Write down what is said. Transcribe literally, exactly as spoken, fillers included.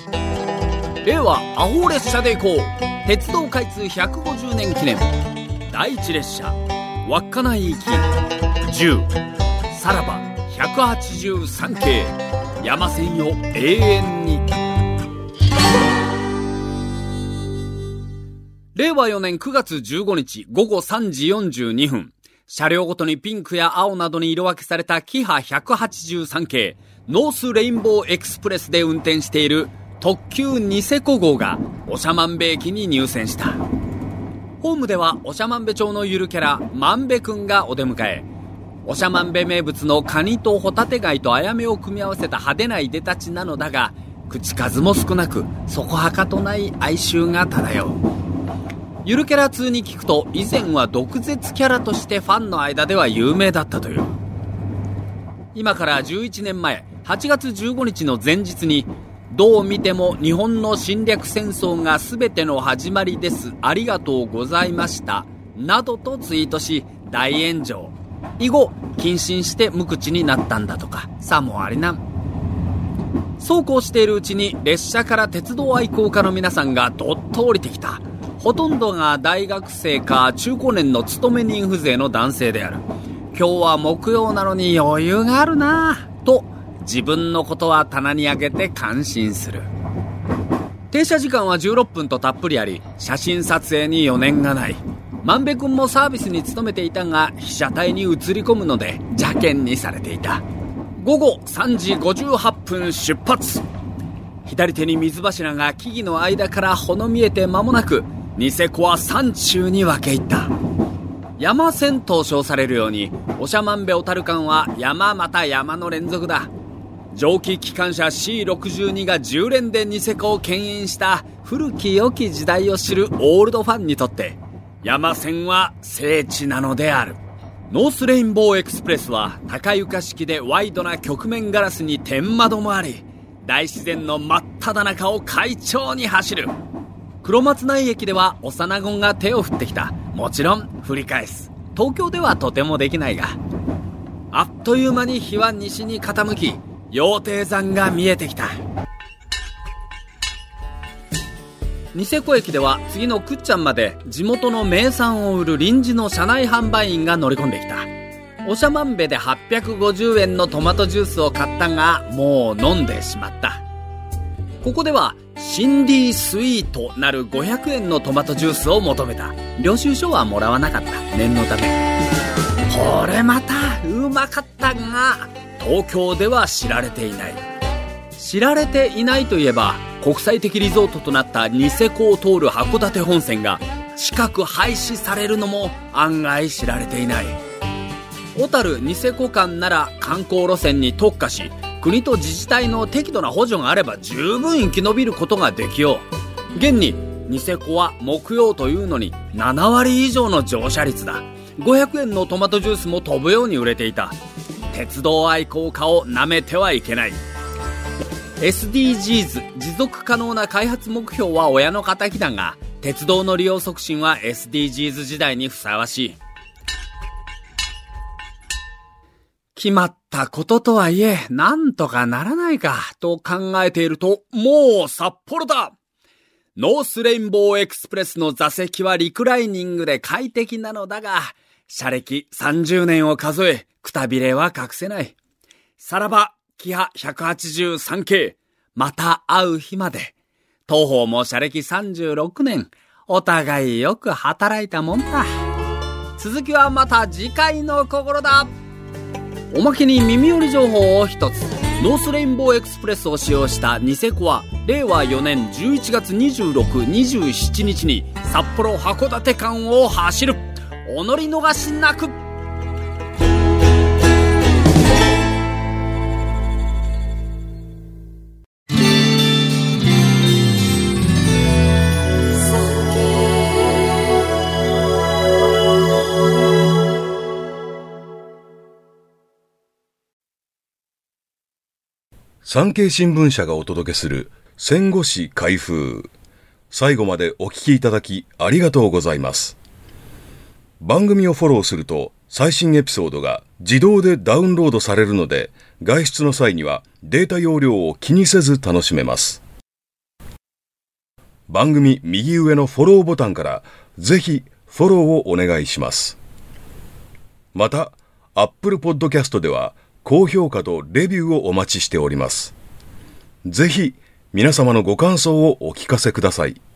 令和アホ列車で行こう。鉄道開通ひゃくごじゅうねん記念。第一列車稚内行きじゅう、さらばひゃくはちじゅうさん系、山線よ永遠に。令和よねんくがつじゅうごにちごごさんじよんじゅうにふん、車両ごとにピンクや青などに色分けされたキハひゃくはちじゅうさん系ノースレインボーエクスプレスで運転している特急ニセコ号が長万部駅に入線した。ホームでは長万部町のゆるキャラ万部くんがお出迎え、長万部名物のカニとホタテ貝とあやめを組み合わせた派手ないでたちなのだが、口数も少なくそこはかとない哀愁が漂う。ゆるキャラ通に聞くと、以前は毒舌キャラとしてファンの間では有名だったという。今からじゅういちねんまえはちがつじゅうごにちの前日に、どう見ても日本の侵略戦争が全ての始まりです、ありがとうございましたなどとツイートし大炎上。以後謹慎して無口になったんだとか。さもありなん。そうこうしているうちに列車から鉄道愛好家の皆さんがどっと降りてきた。ほとんどが大学生か中高年の勤め人風情の男性である。今日は木曜なのに余裕があるなぁと自分のことは棚に上げて感心する。停車時間はじゅうろっぷんとたっぷりあり、写真撮影に余念がない。万部くんもサービスに勤めていたが、被写体に映り込むので邪険にされていた。ごごさんじごじゅうはっぷん出発。左手に水柱が木々の間からほの見えて間もなく、ニセコは山中に分け入った。山線と称されるように、長万部小樽間は山また山の連続だ。蒸気機関車 シーろくじゅうに がじゅう連でニセコを牽引した古き良き時代を知るオールドファンにとって、山線は聖地なのである。ノースレインボーエクスプレスは高床式でワイドな曲面ガラスに天窓もあり、大自然の真っ只中を快調に走る。黒松内駅では幼子が手を振ってきた。もちろん振り返す。東京ではとてもできないが、あっという間に日は西に傾き、羊蹄山が見えてきた。ニセコ駅では次のくっちゃんまで地元の名産を売る臨時の車内販売員が乗り込んできた。長万部ではっぴゃくごじゅうえんのトマトジュースを買ったが、もう飲んでしまった。ここではシンディスイートなるごひゃくえんのトマトジュースを求めた。領収書はもらわなかった。念のため。これまたうまかったが、東京では知られていない。知られていないといえば、国際的リゾートとなったニセコを通る函館本線が近く廃止されるのも案外知られていない。小樽ニセコ間なら観光路線に特化し、国と自治体の適度な補助があれば十分生き延びることができよう。現にニセコは木曜というのにななわり以上の乗車率だ。ごひゃくえんのトマトジュースも飛ぶように売れていた。鉄道愛好家をなめてはいけない。 エスディージーズ 持続可能な開発目標は親の敵だが、鉄道の利用促進は エスディージーズ 時代にふさわしい。決まったこととはいえ、なんとかならないかと考えていると、もう札幌だ。ノースレインボーエクスプレスの座席はリクライニングで快適なのだが、車歴さんじゅうねんを数え、くたびれは隠せない。さらばキハひゃくはちじゅうさん系、また会う日まで。当方も車歴さんじゅうろくねん、お互いよく働いたもんだ。続きはまた次回の心だ。おまけに耳寄り情報を一つ。ノースレインボーエクスプレスを使用したニセコはれいわよねんじゅういちがつにじゅうろく、にじゅうしちにちに札幌函館間を走る。お乗り逃しなく。 産経新聞社がお届けする戦後史開封。最後までお聞きいただきありがとうございます。番組をフォローすると最新エピソードが自動でダウンロードされるので、外出の際にはデータ容量を気にせず楽しめます。 番組右上のフォローボタンからぜひフォローをお願いします。また、Apple Podcast では高評価とレビューをお待ちしております。ぜひ皆様のご感想をお聞かせください。